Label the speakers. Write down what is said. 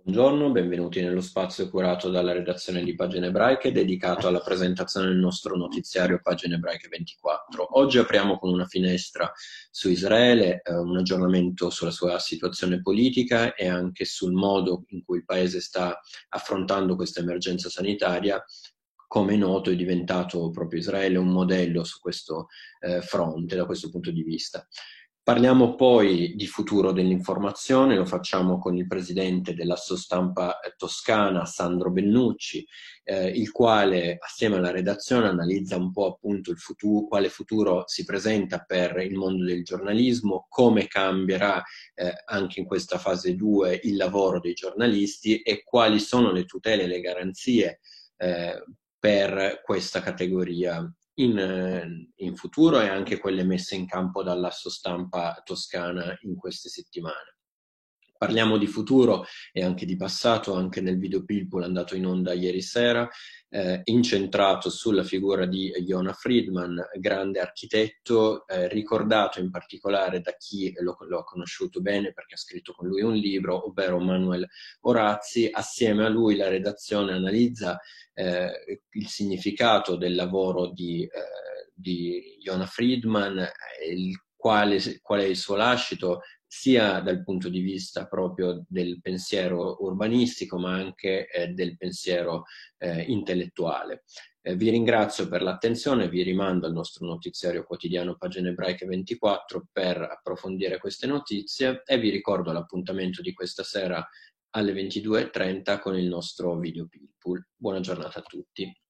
Speaker 1: Buongiorno, benvenuti nello spazio curato dalla redazione di Pagine Ebraiche dedicato alla presentazione del nostro notiziario Pagine Ebraiche 24. Oggi apriamo con una finestra su Israele, un aggiornamento sulla sua situazione politica e anche sul modo in cui il paese sta affrontando questa emergenza sanitaria. Come è noto, è diventato proprio Israele un modello su questo fronte, da questo punto di vista. Parliamo poi di futuro dell'informazione, lo facciamo con il presidente dell'Assostampa toscana, Sandro Bennucci, il quale assieme alla redazione analizza un po' appunto quale futuro si presenta per il mondo del giornalismo, come cambierà anche in questa fase 2 il lavoro dei giornalisti e quali sono le tutele e le garanzie per questa categoria in futuro e anche quelle messe in campo dall'Asso Stampa toscana in queste settimane. Parliamo di futuro e anche di passato, anche nel video Pilpul andato in onda ieri sera, incentrato sulla figura di Yona Friedman, grande architetto, ricordato in particolare da chi lo ha conosciuto bene perché ha scritto con lui un libro, ovvero Manuel Orazzi. Assieme a lui la redazione analizza il significato del lavoro di Yona Friedman, qual è il suo lascito, sia dal punto di vista proprio del pensiero urbanistico, ma anche del pensiero intellettuale. Vi ringrazio per l'attenzione, vi rimando al nostro notiziario quotidiano Pagine Ebraiche 24 per approfondire queste notizie e vi ricordo l'appuntamento di questa sera alle 22:30 con il nostro video Pilpul. Buona giornata a tutti.